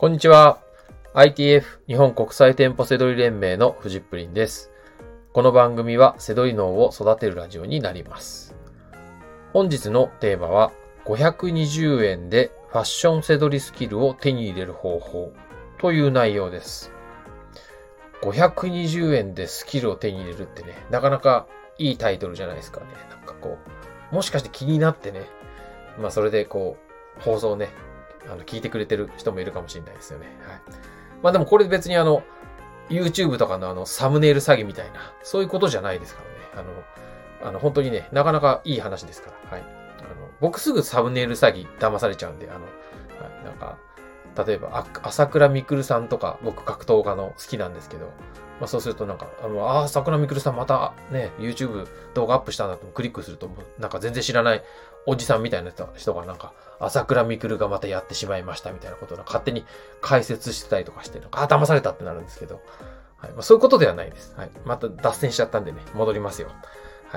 こんにちは。ITF 日本国際店舗セドリ連盟のフジップリンです。この番組はセドリ脳を育てるラジオになります。本日のテーマは520円でファッションセドリスキルを手に入れる方法という内容です。520円でスキルを手に入れるってね、なかなかいいタイトルじゃないですかね。もしかして気になってね、それで放送をね、聞いてくれてる人もいるかもしれないですよね。はい。でもこれ別にYouTube とかのサムネイル詐欺みたいな、そういうことじゃないですからね。本当にね、なかなかいい話ですから。はい。僕すぐサムネイル詐欺騙されちゃうんで、はい、例えば、朝倉未来さんとか、僕格闘家の好きなんですけど、そうすると朝倉未来さんまたね、YouTube 動画アップしたんだとクリックすると、全然知らないおじさんみたいな人が朝倉未来がまたやってしまいましたみたいなことを勝手に解説してたりとかして、騙されたってなるんですけど、はい。そういうことではないです。はい。また脱線しちゃったんでね、戻りますよ。はい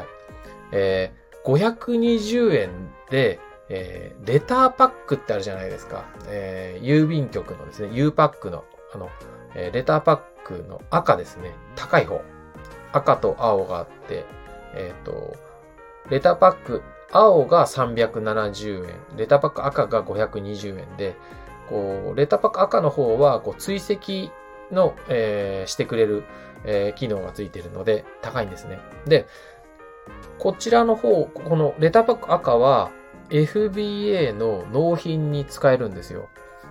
。520円で、レターパックってあるじゃないですか。郵便局のですね、U パックの、レターパックの赤ですね。高い方。赤と青があって、レターパック、青が370円。レターパック赤が520円で、レターパック赤の方は、追跡の、してくれる、機能がついているので、高いんですね。で、こちらの方、このレターパック赤は、FBA の納品に使えるんですよ。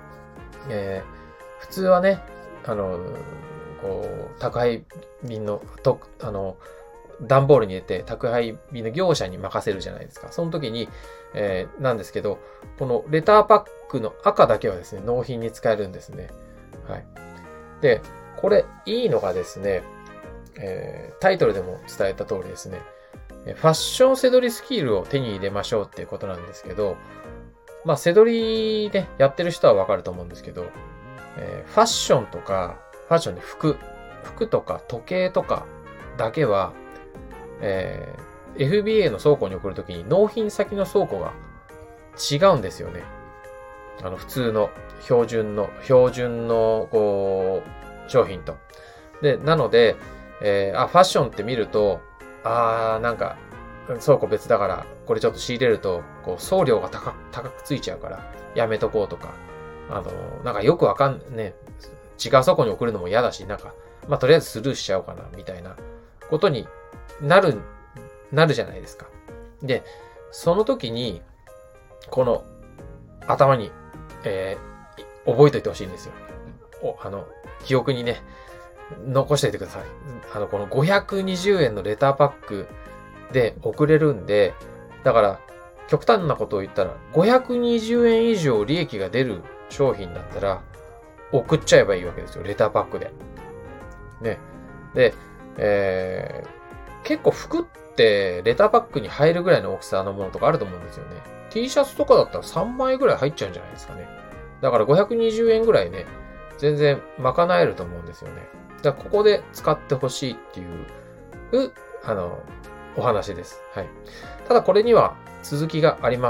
普通はね、宅配便の、段ボールに入れて宅配便の業者に任せるじゃないですか。その時に、なんですけど、このレターパックの赤だけはですね、納品に使えるんですね。はい。で、これいいのがですね、タイトルでも伝えた通りですね、ファッションセドリスキルを手に入れましょうっていうことなんですけど、セドリね、やってる人はわかると思うんですけど、ファッションとか、ファッションで服とか時計とかだけは、FBA の倉庫に送るときに納品先の倉庫が違うんですよね。普通の標準の商品と。で、なので、ファッションって見ると、倉庫別だから、これちょっと仕入れると、送料が高くついちゃうから、やめとこうとか、よくわかんね、違う倉庫に送るのも嫌だし、とりあえずスルーしちゃおうかな、みたいなことになるじゃないですか。で、その時に、この頭に、覚えておいてほしいんですよ。記憶にね、残しておいてください。この520円のレターパックで送れるんで、だから、極端なことを言ったら、520円以上利益が出る商品だったら、送っちゃえばいいわけですよ。レターパックで。ね。で、結構服ってレターパックに入るぐらいの大きさのものとかあると思うんですよね。T シャツとかだったら3枚ぐらい入っちゃうんじゃないですかね。だから520円ぐらいね、全然賄えると思うんですよね。だからここで使ってほしいっていう、お話です。はい。ただこれには続きがあります。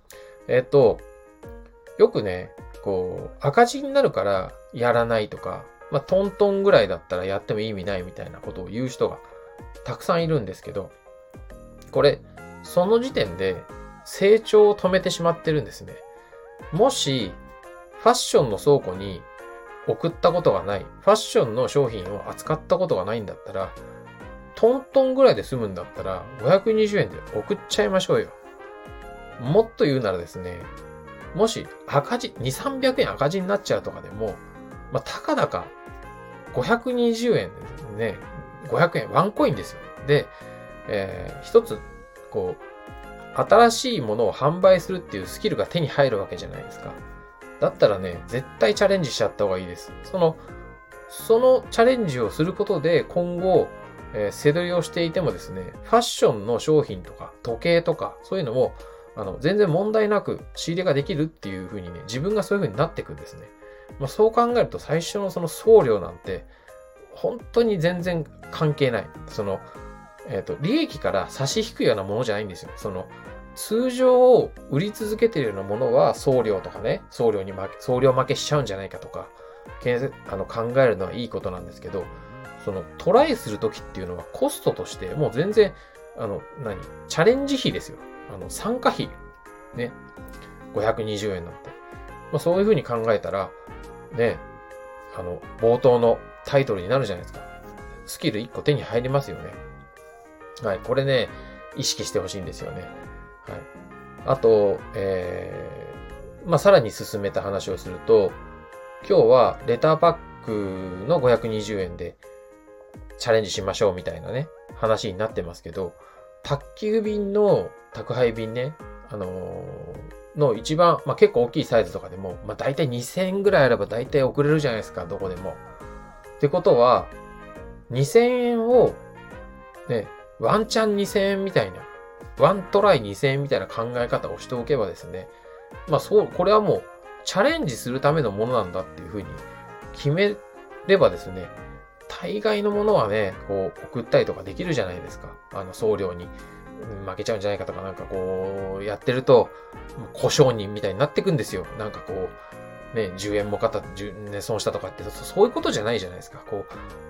よくね、赤字になるからやらないとか、トントンぐらいだったらやっても意味ないみたいなことを言う人がたくさんいるんですけど、これ、その時点で成長を止めてしまってるんですね。もし、ファッションの倉庫に送ったことがない、ファッションの商品を扱ったことがないんだったら、トントンぐらいで済むんだったら、520円で送っちゃいましょうよ。もっと言うならですね、もし赤字、2、300円赤字になっちゃうとかでも、たかだか520円ですね、500円、ワンコインですよ。で、一つ、新しいものを販売するっていうスキルが手に入るわけじゃないですか。だったらね、絶対チャレンジしちゃった方がいいです。そのチャレンジをすることで今後、セドリをしていてもですね、ファッションの商品とか時計とかそういうのも全然問題なく仕入れができるっていう風にね、自分がそういう風になっていくんですね。そう考えると最初のその送料なんて本当に全然関係ない。利益から差し引くようなものじゃないんですよ。 通常売り続けているようなものは送料とかね、送料負けしちゃうんじゃないかとか、考えるのはいいことなんですけど、そのトライするときっていうのはコストとしてもう全然、チャレンジ費ですよ。参加費。ね。520円なんて。そういうふうに考えたら、ね、冒頭のタイトルになるじゃないですか。スキル1個手に入りますよね。はい。これね、意識してほしいんですよね。はい。あと、さらに進めた話をすると、今日はレターパックの520円でチャレンジしましょうみたいなね、話になってますけど、宅急便の宅配便ね、の一番、結構大きいサイズとかでも、大体2000円ぐらいあれば大体送れるじゃないですか、どこでも。ってことは、2000円を、ね、ワンチャン2000円みたいな、ワントライ2000円みたいな考え方をしておけばですね、これはもう、チャレンジするためのものなんだっていうふうに決めればですね、大概のものはね、こう送ったりとかできるじゃないですか。送料に負けちゃうんじゃないかとかなんかこうやってると、故障人みたいになってくんですよ。なんかこう、ね、10円もね、損したとかって、そういうことじゃないじゃないですか。こう、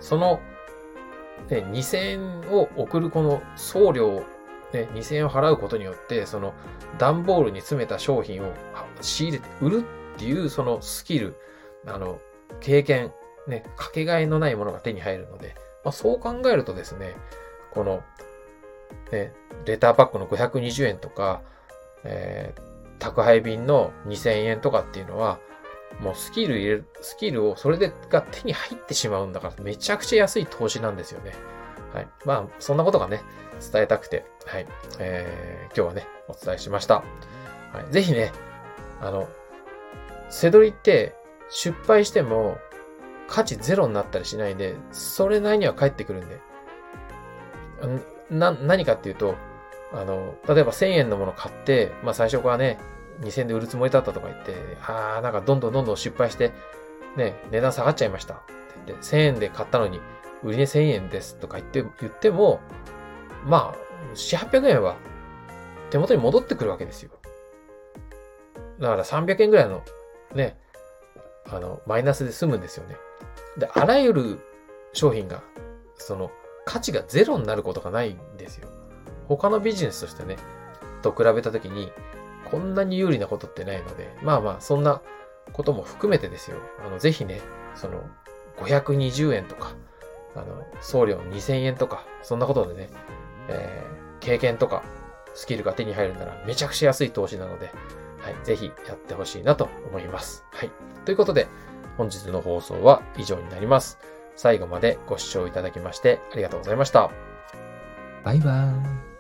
ね、2000円を送るこの送料、ね、2000円を払うことによって、その段ボールに詰めた商品を仕入れて売るっていうそのスキル、経験、ね、かけがえのないものが手に入るので、そう考えるとですね、この、ね、レターパックの520円とか、宅配便の2000円とかっていうのは、もうスキルをそれが手に入ってしまうんだから、めちゃくちゃ安い投資なんですよね。はい。そんなことがね、伝えたくて、はい。今日はね、お伝えしました。はい。ぜひね、背取りって失敗しても価値ゼロになったりしないんで、それなりには返ってくるんで。何かっていうと、例えば1000円のもの買って、最初からね、2000円で売るつもりだったとか言って、なんかどんどん失敗して、ね、値段下がっちゃいましたって言って、1000円で買ったのに、売り値1000円ですとか言っても、7、800円は手元に戻ってくるわけですよ。だから300円ぐらいのね、マイナスで済むんですよね。で、あらゆる商品が、価値がゼロになることがないんですよ。他のビジネスとしてね、と比べたときに、こんなに有利なことってないので、そんなことも含めてですよ。ぜひね、520円とか、送料2000円とか、そんなことでね、経験とか、スキルが手に入るならめちゃくちゃ安い投資なので、はい、ぜひやってほしいなと思います。はい。ということで、本日の放送は以上になります。最後までご視聴いただきましてありがとうございました。 バイバーイ。